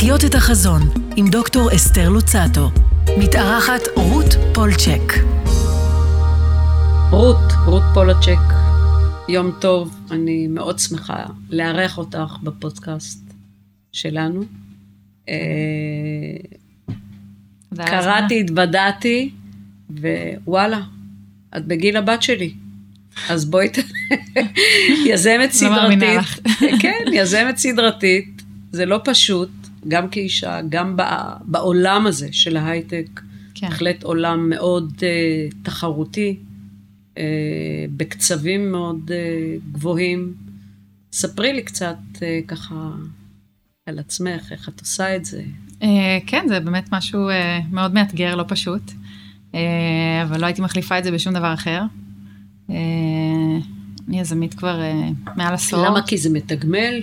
לחיות את החזון עם דוקטור אסתר לוצאטו. מתארחת רות פולצ'ק. רות פולצ'ק, יום טוב, אני מאוד שמחה לארח אותך בפודקאסט שלנו. קראתי, התוודעתי, ווואלה, את בגיל הבת שלי. אז בואי, יזמת סדרתית. כן, יזמת סדרתית, זה לא פשוט, גם כאישה, גם בעולם הזה של ההייטק, בהחלט עולם מאוד תחרותי, בקצבים מאוד גבוהים. ספרי לי קצת ככה על עצמך, איך את עושה את זה. כן, זה באמת משהו מאוד מאתגר, לא פשוט, אבל לא הייתי מחליפה את זה בשום דבר אחר. אני יזמית כבר מעל עשור. למה? כי זה מתגמל?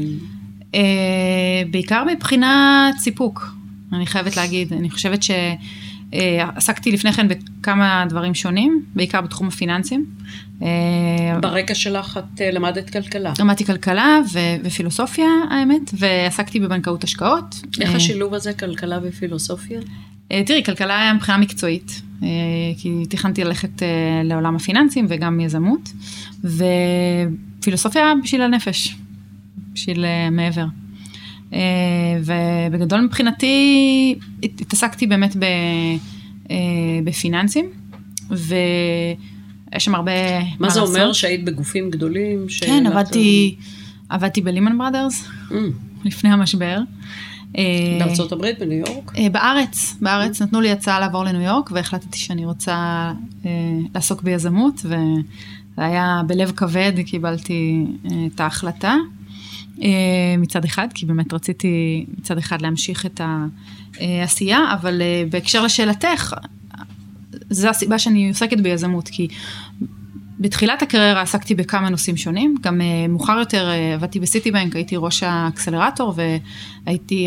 בעיקר מבחינת סיפוק, אני חייבת להגיד. אני חושבת שעסקתי לפני כן בכמה דברים שונים, בעיקר בתחום הפיננסים. ברקע שלך את למדת כלכלה. למדתי כלכלה ופילוסופיה, האמת, ועסקתי בבנקאות השקעות. איך השילוב הזה, כלכלה ופילוסופיה? תראי, כלכלה היה מבחינה מקצועית, כי תכננתי ללכת לעולם הפיננסים וגם יזמות, ופילוסופיה בשביל הנפש, בשביל מעבר. ובגדול מבחינתי התעסקתי באמת בפיננסים, ויש שם הרבה מה זה אומר? שהיית בגופים גדולים? כן, עבדתי בלימן ברדרס, לפני המשבר. בארצות הברית, בניו יורק? בארץ נתנו לי הצעה לעבור לניו יורק, והחלטתי שאני רוצה לעסוק ביזמות, וזה היה בלב כבד, קיבלתי את ההחלטה, מצד אחד, כי באמת רציתי מצד אחד להמשיך את העשייה, אבל בהקשר לשאלתך, זו הסיבה שאני עוסקת ביזמות, כי בתחילת הקריירה עסקתי בכמה נושאים שונים, גם מאוחר יותר עבדתי בסיטי בנק, הייתי ראש האקסלרטור, והייתי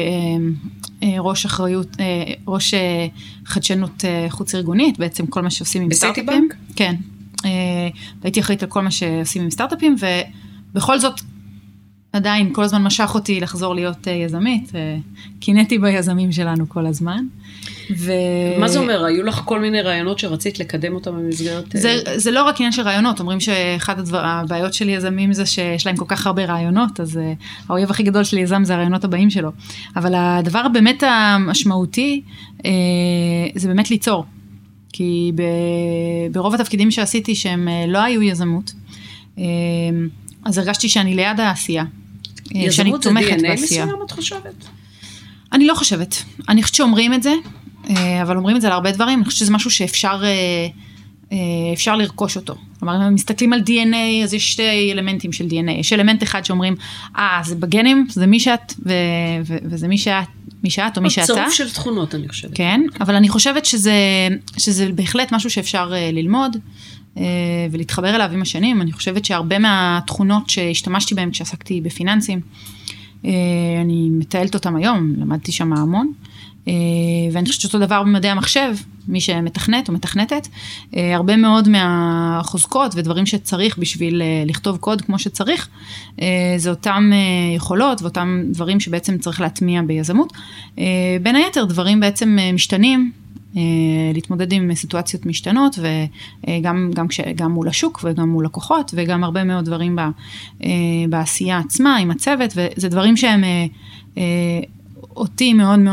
ראש חדשנות חוץ ארגונית, בעצם כל מה שעושים עם סטארט-אפים. בסיטי בנק? כן. והייתי אחראית על כל מה שעושים עם סטארט-אפים, ובכל זאת עדיין כל הזמן משך אותי לחזור להיות יזמית, קינאתי ביזמים שלנו כל הזמן. מה זה אומר? היו לך כל מיני רעיונות שרצית לקדם אותם במסגרת? זה לא רק עניין של רעיונות, אומרים שאחת הבעיות של יזמים זה שיש להם כל כך הרבה רעיונות, אז האויב הכי גדול של יזם זה הרעיונות הבאים שלו. אבל הדבר באמת המשמעותי זה באמת ליצור. כי ברוב התפקידים שעשיתי שהם לא היו יזמות, אז הרגשתי שאני ליד העשייה. יזמות זה DNA מסוים, את חושבת? אני לא חושבת. אני חושבת שאומרים את זה, אבל אומרים את זה על הרבה דברים. אני חושבת שזה משהו שאפשר לרכוש אותו. כלומר, אם מסתכלים על DNA, אז יש שתי אלמנטים של DNA. יש אלמנט אחד שאומרים, זה בגנים, זה מי שאת, וזה מי שאת או מי שאתה. צירוף של תכונות, אני חושבת. כן, אבל אני חושבת שזה בהחלט משהו שאפשר ללמוד, ולהתחבר אליו עם השנים. אני חושבת שהרבה מהתכונות שהשתמשתי בהן כשעסקתי בפיננסים, אני מטיילת אותם היום, למדתי שם המון, ואני חושבת שאותו דבר במדעי המחשב, מי שמתכנת או מתכנתת, הרבה מאוד מהחוזקות ודברים שצריך בשביל לכתוב קוד כמו שצריך, זה אותם יכולות ואותם דברים שבעצם צריך להטמיע ביזמות. בין היתר דברים בעצם משתנים, להתמודד עם סיטואציות משתנות, וגם מול השוק וגם מול לקוחות, וגם הרבה מאוד דברים בעשייה עצמה, עם הצוות, וזה דברים שהם אותי מאוד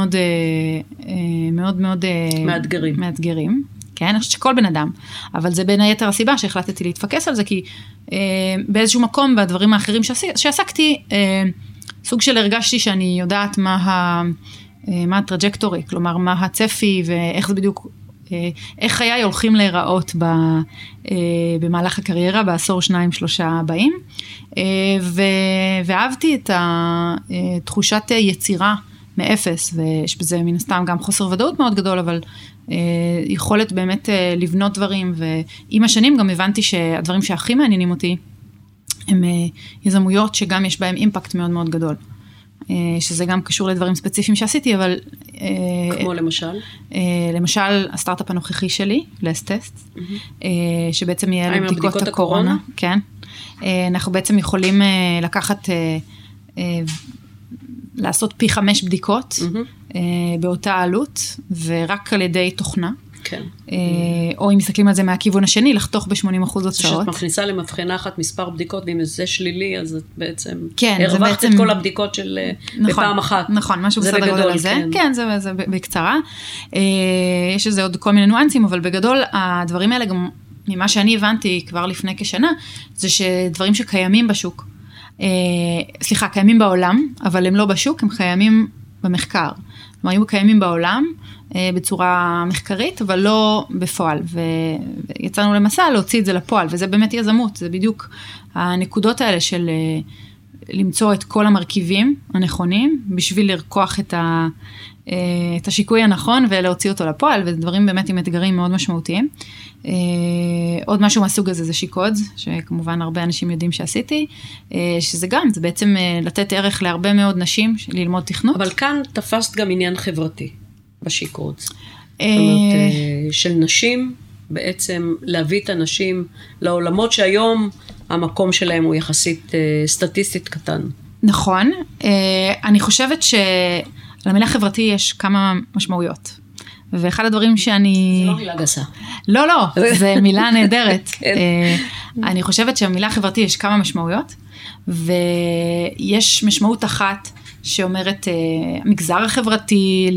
מאוד מאתגרים. כן, אני חושבת שכל בן אדם, אבל זה בין היתר הסיבה שהחלטתי להתפקס על זה, כי באיזשהו מקום בדברים האחרים שעסקתי, סוג של הרגשתי שאני יודעת מה הטראג'קטורי, כלומר מה הצפי ואיך זה בדיוק, איך חיי הולכים להיראות במהלך הקריירה, בעשור 2-3 הבאים, ואהבתי את תחושת יצירה מאפס, ויש בזה מן הסתם גם חוסר ודאות מאוד גדול, אבל יכולת באמת לבנות דברים, ועם השנים גם הבנתי שהדברים שהכי מעניינים אותי, הם יזמויות שגם יש בהם אימפקט מאוד מאוד גדול. שזה גם קשור לדברים ספציפיים שעשיתי, אבל... כמו למשל? למשל, הסטארט-אפ הנוכחי שלי, לסטסט, שבעצם יהיה לבדיקות הקורונה. כן. אנחנו בעצם יכולים לקחת לעשות פי 5 בדיקות באותה עלות, ורק על ידי תוכנה. כן. או אם מסתכלים על זה מהכיוון השני, לחתוך ב-80% הוצאות. שאת מכניסה למבחנה אחת מספר בדיקות, ואם זה שלילי, אז את בעצם הרווחת את כל הבדיקות של בפעם אחת. נכון, משהו בסדר גודל הזה. כן, זה בקצרה. יש איזה עוד כל מיני ניואנסים, אבל בגדול, הדברים האלה גם, ממה שאני הבנתי כבר לפני כשנה, זה שדברים שקיימים בשוק, קיימים בעולם, אבל הם לא בשוק, הם קיימים במחקר. כלומר, היו קיימים בעולם בצורה מחקרית, אבל לא בפועל. ויצאנו למסע להוציא את זה לפועל, וזה באמת יזמות, זה בדיוק הנקודות האלה של למצוא את כל המרכיבים הנכונים, בשביל לרקוח את השיקוי הנכון ולהוציא אותו לפועל, ודברים באמת עם אתגרים מאוד משמעותיים. עוד משהו מהסוג הזה זה שיקודס, שכמובן הרבה אנשים יודעים שעשיתי, שזה גם, זה בעצם לתת ערך להרבה מאוד נשים ללמוד תכנות. אבל כאן תפסת גם עניין חברתי בשיקודס. זאת אומרת, של נשים, בעצם להביא את הנשים לעולמות שהיום המקום שלהם הוא יחסית סטטיסטית קטן. נכון, אני חושבת שלמילה חברתי יש כמה משמעויות. ואחד הדברים שאני... זה לא מילה גסה. לא, זה מילה נהדרת. אני חושבת שהמילה חברתי יש כמה משמעויות, ויש משמעות אחת שאומרת המגזר החברתי,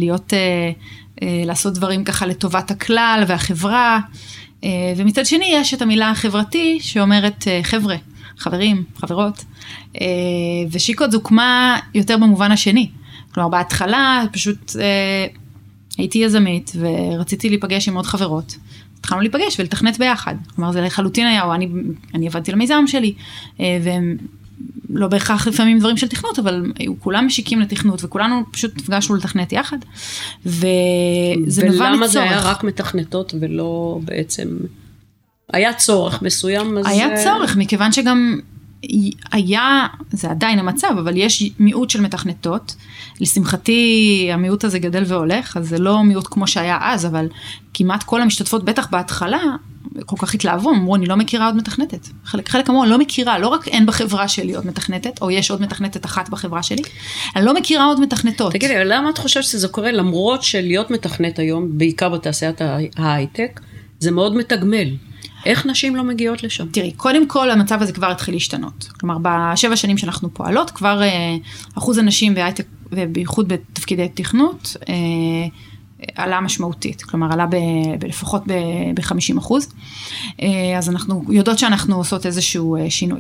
לעשות דברים ככה לטובת הכלל והחברה, ומצד שני יש את המילה החברתי שאומרת חבר'ה, חברים, חברות, ושיקודס הוקמה יותר במובן השני. כלומר, בהתחלה פשוט הייתי יזמית ורציתי להיפגש עם עוד חברות. התחלנו להיפגש ולתכנת ביחד. כלומר, זה לחלוטין היה, או אני עבדתי למיזם שלי, והם לא בהכרח לפעמים דברים של תכנות, אבל היו כולם משיקים לתכנות, וכולנו פשוט נפגשנו לתכנת יחד. וזה נבע מצורך. ולמה זה היה רק מתכנתות ולא בעצם... היה צורך מסוים? היה צורך, מכיוון שגם היה, זה עדיין המצב, אבל יש מיעוט של מתכנתות. לשמחתי, המיעוט הזה גדל והולך, אז זה לא מיעוט כמו שהיה אז, אבל כמעט כל המשתתפות, בטח בהתחלה, כל כך התלהבו, אמרו, אני לא מכירה עוד מתכנתת. חלק אמרו, אני לא מכירה, לא רק אין בחברה שלי עוד מתכנתת, או יש עוד מתכנתת אחת בחברה שלי, אני לא מכירה עוד מתכנתות. תגידי, למה את חושבת שזה קורה? למרות שלהיות מתכנת היום, בעיקר בתעשיית ההייטק, זה מאוד מתגמל. איך נשים לא מגיעות לשם? תראי, קודם כל המצב הזה כבר התחיל להשתנות. כלומר, ב7 שנים שאנחנו פועלות, כבר אחוז הנשים בהייטק, ובייחוד בתפקידי תכנות, עלה משמעותית. כלומר, עלה לפחות ב-50%. אז אנחנו יודעות שאנחנו עושות איזשהו שינוי.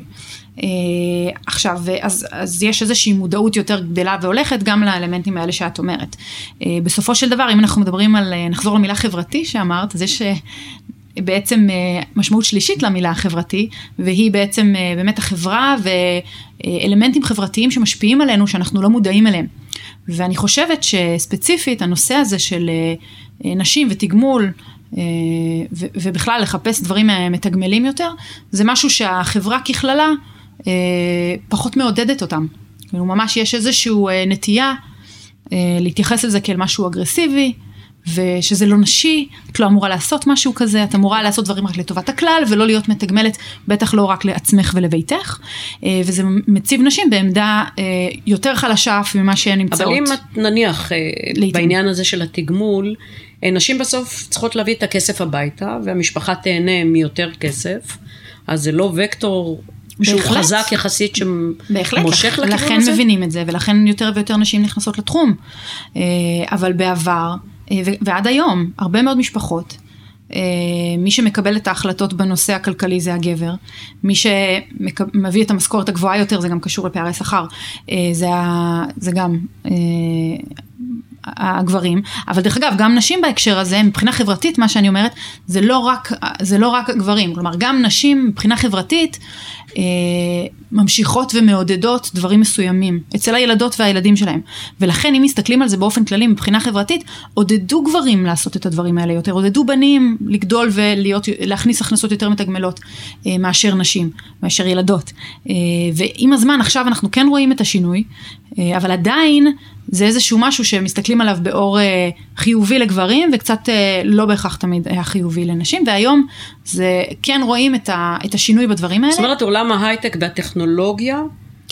עכשיו, אז יש איזושהי מודעות יותר גדלה והולכת גם לאלמנטים האלה שאת אומרת. בסופו של דבר, אם אנחנו מדברים על, נחזור למילה חברתי שאמרת, אז יש בעצם משמעות שלישית למילה החברתי, והיא בעצם באמת החברה ואלמנטים חברתיים שמשפיעים עלינו, שאנחנו לא מודעים אליהם. ואני חושבת שספציפית הנושא הזה של נשים ותגמול, ובכלל לחפש דברים מתגמלים יותר, זה משהו שהחברה ככללה פחות מעודדת אותם. ממש יש איזשהו נטייה להתייחס לזה כאל משהו אגרסיבי, ושזה לא נשי, את לא אמורה לעשות משהו כזה, את אמורה לעשות דברים רק לטובת הכלל, ולא להיות מתגמלת, בטח לא רק לעצמך ולביתך, וזה מציב נשים בעמדה יותר חלשה אף ממה שהן נמצאות. אבל אם את נניח בעניין הזה של התגמול, נשים בסוף צריכות להביא את הכסף הביתה, והמשפחה תהנה מיותר כסף, אז זה לא וקטור שהוא חזק יחסית שמושך לכיוון הזה? לכן מבינים את זה, ולכן יותר ויותר נשים נכנסות לתחום. אבל בעבר, ועד היום, הרבה מאוד משפחות, מי שמקבל את ההחלטות בנושא הכלכלי זה הגבר, מי שמביא את המשכורת הגבוהה יותר, זה גם קשור לפערי שכר, זה גם הגברים, אבל דרך אגב, גם נשים בהקשר הזה, מבחינה חברתית, מה שאני אומרת, זה לא רק הגברים, כלומר, גם נשים מבחינה חברתית, ממשיכות ומעודדות דברים מסוימים, אצל הילדות והילדים שלהם, ולכן אם מסתכלים על זה באופן כללי, מבחינה חברתית, עודדו גברים לעשות את הדברים האלה יותר, עודדו בנים לגדול ולהכניס הכנסות יותר מתגמלות, מאשר נשים, מאשר ילדות, ועם הזמן עכשיו אנחנו כן רואים את השינוי, אבל עדיין זה איזשהו משהו שמסתכלים עליו באור חיובי לגברים, וקצת לא בהכרח תמיד היה חיובי לנשים, והיום זה כן רואים את השינוי בדברים האלה. זאת אומרת, עולם ההייטק והטכנולוגיה,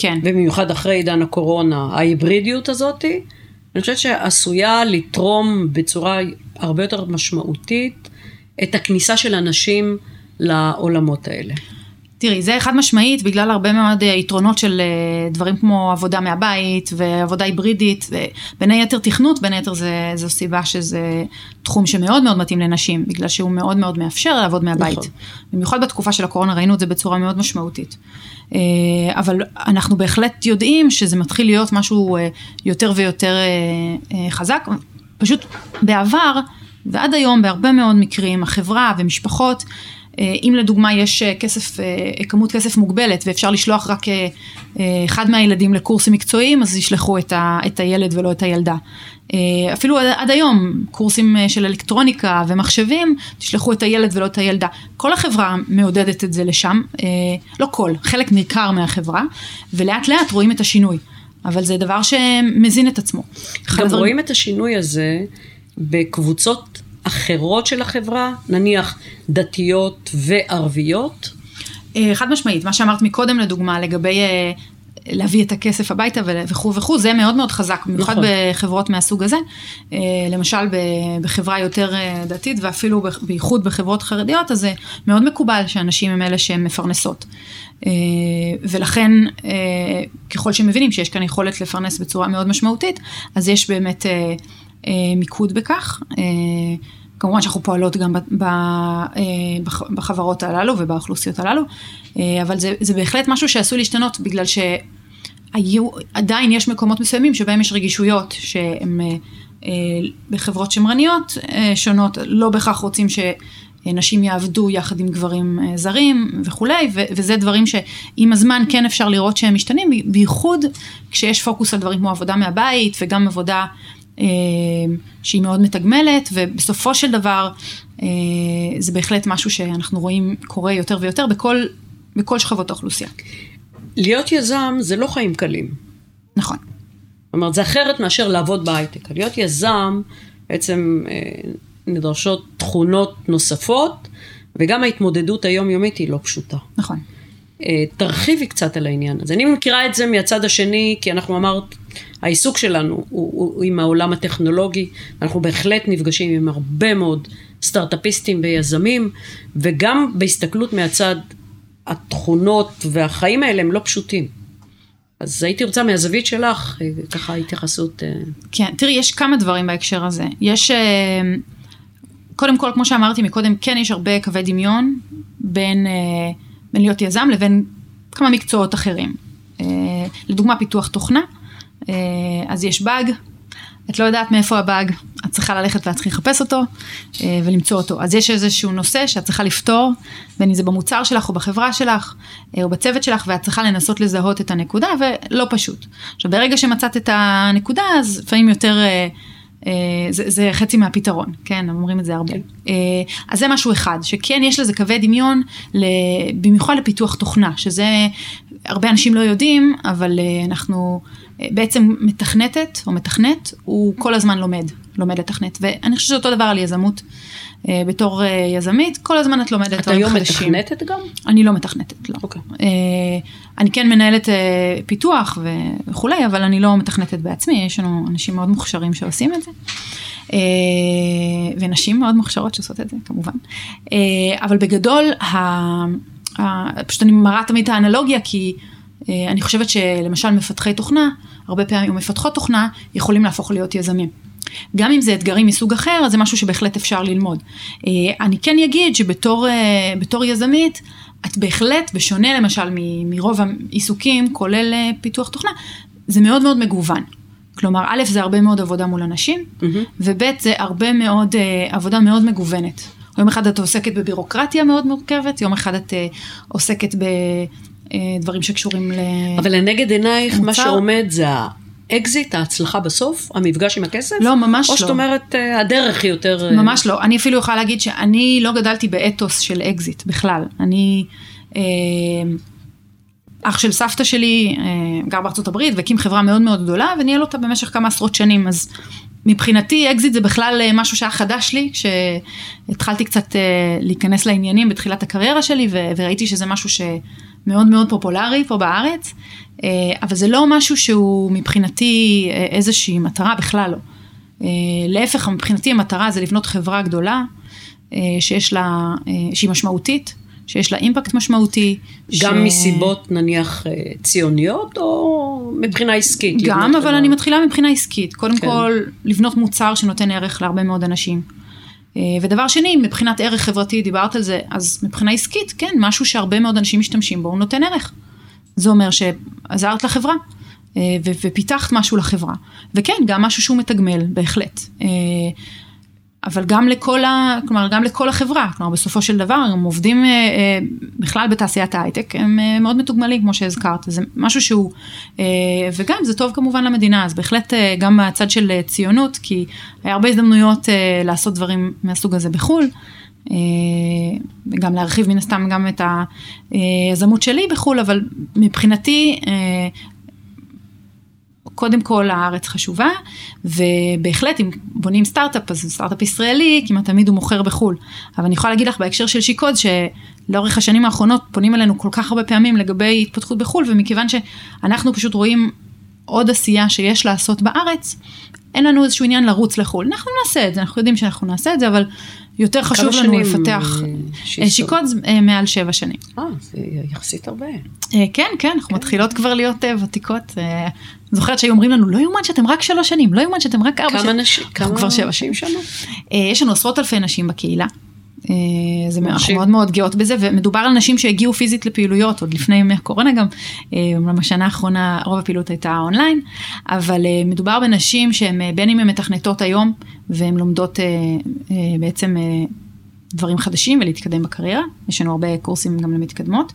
כן. ובמיוחד אחרי עידן הקורונה, ההיברידיות הזאת, אני חושבת שעשויה לתרום בצורה הרבה יותר משמעותית את הכניסה של אנשים לעולמות האלה. תראי, זה חד משמעית, בגלל הרבה מאוד יתרונות של דברים כמו עבודה מהבית, ועבודה היברידית, ובין היתר תכנות, בין היתר זו סיבה שזה תחום שמאוד מאוד מתאים לנשים, בגלל שהוא מאוד מאוד מאפשר לעבוד מהבית. נכון. במיוחד בתקופה של הקורונה ראינו את זה בצורה מאוד משמעותית. אבל אנחנו בהחלט יודעים שזה מתחיל להיות משהו יותר ויותר חזק, פשוט בעבר, ועד היום בהרבה מאוד מקרים, החברה ומשפחות, אם לדוגמה יש כמות כסף מוגבלת ואפשר לשלוח רק אחד מהילדים לקורסים מקצועיים, אז ישלחו את הילד ולא את הילדה. אפילו עד היום, קורסים של אלקטרוניקה ומחשבים, תשלחו את הילד ולא את הילדה. כל החברה מעודדת את זה לשם, לא כל, חלק ניכר מהחברה, ולאט לאט רואים את השינוי. אבל זה דבר שמזין את עצמו. גם רואים את השינוי הזה בקבוצות אחרות של החברה, נניח דתיות וערביות? חד משמעית, מה שאמרת מקודם לדוגמה, לגבי להביא את הכסף הביתה וכו' וכו', זה מאוד מאוד חזק, במיוחד נכון. בחברות מהסוג הזה, למשל בחברה יותר דתית, ואפילו בייחוד בחברות חרדיות, אז זה מאוד מקובל שאנשים הם אלה שהם מפרנסות. ולכן, ככל שמבינים שיש כאן יכולת לפרנס בצורה מאוד משמעותית, אז יש באמת מיקוד בכך, כמובן שאנחנו פועלות גם בחברות הללו ובאוכלוסיות הללו, אבל זה בהחלט משהו שעשוי להשתנות, בגלל שעדיין יש מקומות מסוימים שבהם יש רגישויות שהן בחברות שמרניות שונות, לא בכך רוצים שנשים יעבדו יחד עם גברים זרים וכולי, וזה דברים שעם הזמן כן אפשר לראות שהם משתנים, בייחוד כשיש פוקוס על דברים כמו עבודה מהבית וגם עבודה שהיא מאוד מתגמלת, ובסופו של דבר זה בהחלט משהו שאנחנו רואים קורה יותר ויותר בכל שכבות האוכלוסייה. להיות יזם זה לא חיים קלים. נכון. זאת אומרת, זה אחרת מאשר לעבוד בהייטק. להיות יזם בעצם נדרשות תכונות נוספות, וגם ההתמודדות היומיומית היא לא פשוטה. נכון. תרחיבי קצת על העניין הזה. אני מכירה את זה מהצד השני, כי אנחנו אמרת, העיסוק שלנו הוא עם העולם הטכנולוגי, אנחנו בהחלט נפגשים עם הרבה מאוד סטארט-אפיסטים ויזמים, וגם בהסתכלות מהצד, התכונות והחיים האלה הם לא פשוטים. אז הייתי רוצה מהזווית שלך, ככה התייחסות. כן, תראי, יש כמה דברים בהקשר הזה. יש, קודם כל, כמו שאמרתי מקודם, כן יש הרבה קווי דמיון בין להיות יזם לבין כמה מקצועות אחרים. לדוגמה, פיתוח תוכנה, אז יש באג, את לא יודעת מאיפה הבאג, את צריכה ללכת ואת צריכה לחפש אותו ולמצוא אותו. אז יש איזשהו נושא שאת צריכה לפתור, בין אם זה במוצר שלך או בחברה שלך או בצוות שלך, ואת צריכה לנסות לזהות את הנקודה, ולא פשוט. עכשיו, ברגע שמצאת את הנקודה, אז לפעמים יותר, זה חצי מהפתרון, כן, אומרים את זה הרבה. אז זה משהו אחד, שכן יש לזה קווי דמיון, במיוחד לפיתוח תוכנה, שזה הרבה אנשים לא יודעים, אבל אנחנו בעצם מתכנתת או מתכנת, הוא כל הזמן לומד לתכנת, ואני חושבת שזה אותו דבר על יזמות, בתור יזמית, כל הזמן את לומדת. את היום מתכנתת גם? אני לא מתכנתת, לא. אוקיי. אני כן מנהלת פיתוח וכולי, אבל אני לא מתכנתת בעצמי, יש לנו אנשים מאוד מוכשרים שעושים את זה, ונשים מאוד מוכשרות שעושות את זה, כמובן. אבל בגדול, פשוט אני מראה תמיד את האנלוגיה, כי אני חושבת שלמשל מפתחי תוכנה, הרבה פעמים, או מפתחות תוכנה, יכולים להפוך להיות יזמים. גם אם זה אתגרים מסוג אחר, אז זה משהו שבהחלט אפשר ללמוד. אני כן אגיד שבתור יזמית, את בהחלט, בשונה למשל מרוב העיסוקים, כולל פיתוח תוכנה, זה מאוד מאוד מגוון. כלומר, א', זה הרבה מאוד עבודה מול אנשים, וב', זה הרבה מאוד עבודה מאוד מגוונת. יום אחד את עוסקת בבירוקרטיה מאוד מורכבת, יום אחד את עוסקת בדברים שקשורים אבל לנגד עינייך, מה שעומד זה האקזיט, ההצלחה בסוף, המפגש עם הכסף? לא, ממש לא. או שאת אומרת, הדרך היא יותר... ממש לא. אני אפילו יכולה להגיד שאני לא גדלתי באתוס של אקזיט בכלל. אני... אח של סבתא שלי גר בארצות הברית, והקים חברה מאוד מאוד גדולה, וניהל אותה במשך כמה עשרות שנים, אז מבחינתי אקזיט זה בכלל משהו שהיה חדש לי, כשהתחלתי קצת להיכנס לעניינים בתחילת הקריירה שלי, וראיתי שזה משהו מאוד מאוד פופולרי פה בארץ, אבל זה לא משהו שהוא מבחינתי איזושהי מטרה, בכלל לא. להפך, מבחינתי המטרה זה לבנות חברה גדולה, שהיא משמעותית, שיש לה אימפקט משמעותי. גם מסיבות נניח ציוניות או מבחינה עסקית? גם, אבל אני מתחילה מבחינה עסקית. קודם כל, לבנות מוצר שנותן ערך להרבה מאוד אנשים. ודבר שני, מבחינת ערך חברתי, דיברת על זה, אז מבחינה עסקית, כן, משהו שהרבה מאוד אנשים משתמשים בו, הוא נותן ערך. זה אומר שעזרת לחברה, ופיתחת משהו לחברה. וכן, גם משהו שהוא מתגמל, בהחלט. אבל גם לכל החברה, כלומר, בסופו של דבר, הם עובדים בכלל בתעשיית ההייטק, הם מאוד מתוגמלים, כמו שהזכרת, זה משהו שהוא, וגם זה טוב כמובן למדינה, אז בהחלט גם מהצד של ציונות, כי היה הרבה הזדמנויות לעשות דברים מהסוג הזה בחול, וגם להרחיב מן הסתם גם את היזמות שלי בחול, אבל מבחינתי, קודם כל הארץ חשובה, ובהחלט אם בונים סטארט-אפ, אז סטארט-אפ ישראלי, כמעט תמיד הוא מוכר בחול. אבל אני יכולה להגיד לך בהקשר של שיקוד, שלאורך השנים האחרונות פונים אלינו כל כך הרבה פעמים לגבי התפתחות בחול, ומכיוון שאנחנו פשוט רואים עוד עשייה שיש לעשות בארץ, אין לנו איזשהו עניין לרוץ לחול. אנחנו נעשה את זה, אנחנו יודעים שאנחנו נעשה את זה, אבל יותר חשוב לנו לפתח שיקוד מעל 7 שנים. זה יחסית הרבה. כן, כן, אנחנו מתחילות כבר להיות ותיקות. זוכרת שהיו אומרים לנו, לא יומן שאתם רק 3 שנים, לא יומן שאתם רק 4 שנים. כמה כבר 7 שנים שנה? יש לנו עשרות אלפי נשים בקהילה. אנחנו מאוד מאוד גאות בזה, ומדובר על נשים שהגיעו פיזית לפעילויות, עוד לפני ימי הקורונה גם, בשנה האחרונה רוב הפעילות הייתה אונליין, אבל מדובר בנשים שהן בין אם הן מתכנתות היום, והן לומדות בעצם דברים חדשים ולהתקדם בקריירה, יש לנו הרבה קורסים גם למתקדמות,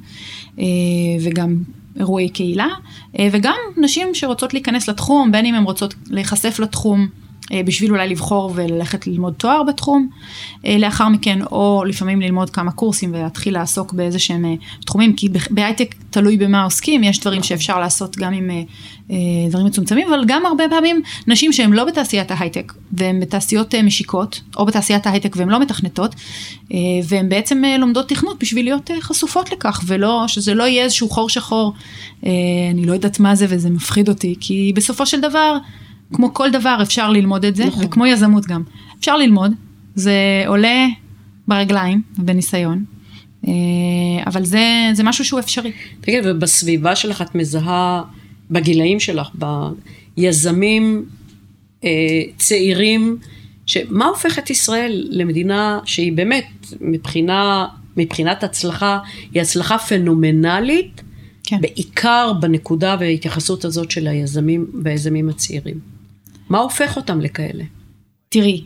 וגם אירועי קהילה, וגם נשים שרוצות להיכנס לתחום, בין אם הן רוצות להיחשף לתחום, בשביל אולי לבחור וללכת ללמוד תואר בתחום, לאחר מכן, או לפעמים ללמוד כמה קורסים ולהתחיל לעסוק באיזה שהם תחומים, כי בהייטק תלוי במה עוסקים, יש דברים שאפשר לעשות גם עם דברים מצומצמים, אבל גם הרבה פעמים נשים שהן לא בתעשיית ההייטק, והן בתעשיות משיקות, או בתעשיית ההייטק והן לא מתכנתות, והן בעצם לומדות תכנות בשביל להיות חשופות לכך, שזה לא יהיה איזשהו חור שחור, אני לא יודעת מה זה וזה מפחיד אותי, כי בסופו של דבר, כמו כל דבר אפשר ללמוד את זה, וכמו יזמות גם. אפשר ללמוד, זה עולה ברגליים ובניסיון, אבל זה משהו שהוא אפשרי. תגיד, ובסביבה שלך את מזהה, בגילאים שלך, ביזמים צעירים, מה הופך את ישראל למדינה שהיא באמת, מבחינת הצלחה, היא הצלחה פנומנלית, כן. בעיקר בנקודה וההתייחסות הזאת של היזמים והיזמים הצעירים. מה הופך אותם לכאלה? תראי,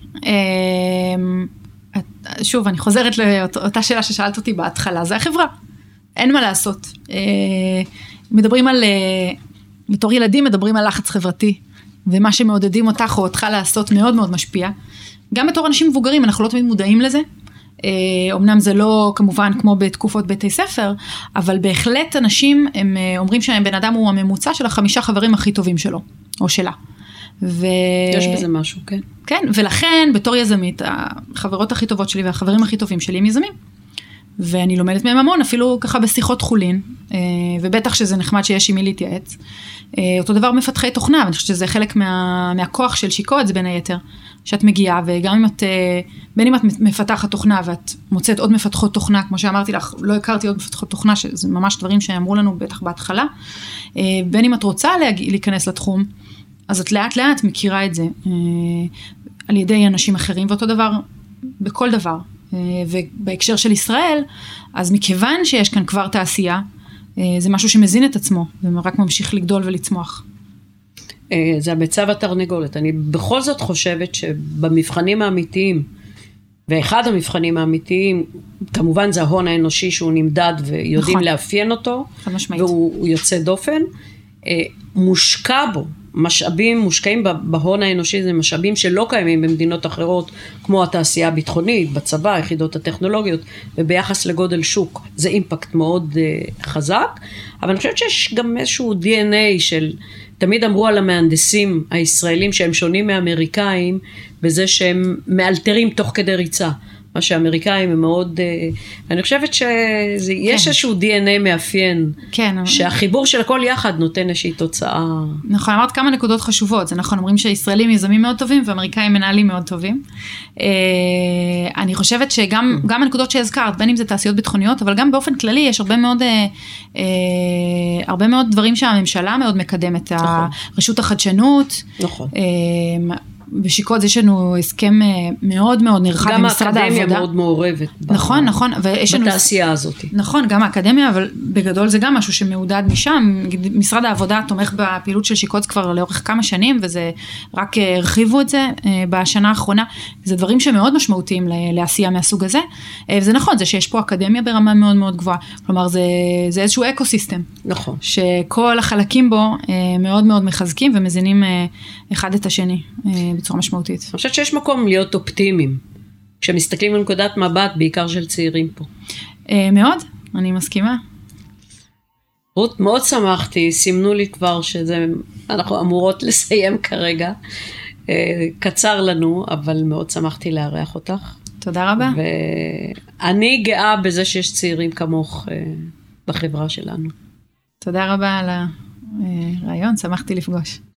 שוב, אני חוזרת לאותה שאלה ששאלת אותי בהתחלה, זה החברה. אין מה לעשות. מדברים על, בתור ילדים מדברים על לחץ חברתי, ומה שמעודדים אותך או אותך לעשות מאוד מאוד משפיע. גם בתור אנשים מבוגרים, אנחנו לא תמיד מודעים לזה. אמנם זה לא כמובן כמו בתקופות בתי ספר, אבל בהחלט אנשים הם אומרים שהבן אדם הוא הממוצע של 5 חברים הכי טובים שלו, או שלה. יש בזה משהו, כן. כן, ולכן בתור יזמית, החברות הכי טובות שלי והחברים הכי טובים שלי הם יזמים. ואני לומדת מהם המון, אפילו ככה בשיחות חולין, ובטח שזה נחמד שיש עם מי להתייעץ. אותו דבר מפתחי תוכנה, ואני חושבת שזה חלק מהכוח של שיקוד, זה בין היתר, שאת מגיעה, וגם אם בין אם את מפתחת תוכנה, ואת מוצאת עוד מפתחות תוכנה, כמו שאמרתי לך, לא הכרתי עוד מפתחות תוכנה, שזה ממש דברים שאמרו לנו בטח בהתחלה, בין אם את רוצה להיכנס לתחום, אז את לאט לאט מכירה את זה, על ידי אנשים אחרים, ואותו דבר בכל דבר. ובהקשר של ישראל, אז מכיוון שיש כאן כבר תעשייה, זה משהו שמזין את עצמו, ורק ממשיך לגדול ולצמוח. זה הביצה והתרנגולת. אני בכל זאת חושבת שבמבחנים האמיתיים, ואחד המבחנים האמיתיים, כמובן זה ההון האנושי שהוא נמדד ויודעים נכון. לאפיין אותו, והוא יוצא דופן, מושקע בו. משאבים מושקעים בהון האנושי, זה משאבים שלא קיימים במדינות אחרות, כמו התעשייה הביטחונית, בצבא, היחידות הטכנולוגיות, וביחס לגודל שוק, זה אימפקט מאוד חזק, אבל אני חושבת שיש גם איזשהו DNA של, תמיד אמרו על המהנדסים הישראלים שהם שונים מאמריקאים, בזה שהם מאלתרים תוך כדי ריצה. מה שהאמריקאים הם מאוד, אני חושבת שיש איזשהו DNA מאפיין, שהחיבור של הכל יחד נותן איזושהי תוצאה. נכון, אמרת כמה נקודות חשובות, זה נכון, אומרים שישראלים יזמים מאוד טובים, ואמריקאים מנהלים מאוד טובים. אני חושבת שגם הנקודות שהזכרת, בין אם זה תעשיות ביטחוניות, אבל גם באופן כללי, יש הרבה מאוד דברים שהממשלה מאוד מקדמת, רשות החדשנות, נכון. בשיקות יש לנו הסכם מאוד מאוד נרחב עם משרד העבודה. גם האקדמיה מאוד מעורבת. נכון, נכון. בתעשייה הזאת. נכון, גם האקדמיה, אבל בגדול זה גם משהו שמעודד משם. משרד העבודה תומך בפעילות של שיקות כבר לאורך כמה שנים, וזה רק הרחיבו את זה בשנה האחרונה. זה דברים שמאוד משמעותיים לעשייה מהסוג הזה. וזה נכון, זה שיש פה אקדמיה ברמה מאוד מאוד גבוהה. כלומר, זה איזשהו אקוסיסטם. נכון. שכל החלקים בו מאוד מאוד מחזקים ומזינים אחד את השני. בצורה משמעותית. אני חושבת שיש מקום להיות אופטימיים, כשמסתכלים על נקודת מבט, בעיקר של צעירים פה. מאוד, אני מסכימה. רות, מאוד שמחתי, סימנו לי כבר אנחנו אמורות לסיים כרגע, קצר לנו, אבל מאוד שמחתי לארח אותך. תודה רבה. ואני גאה בזה שיש צעירים כמוך בחברה שלנו. תודה רבה על הרעיון, שמחתי לפגוש.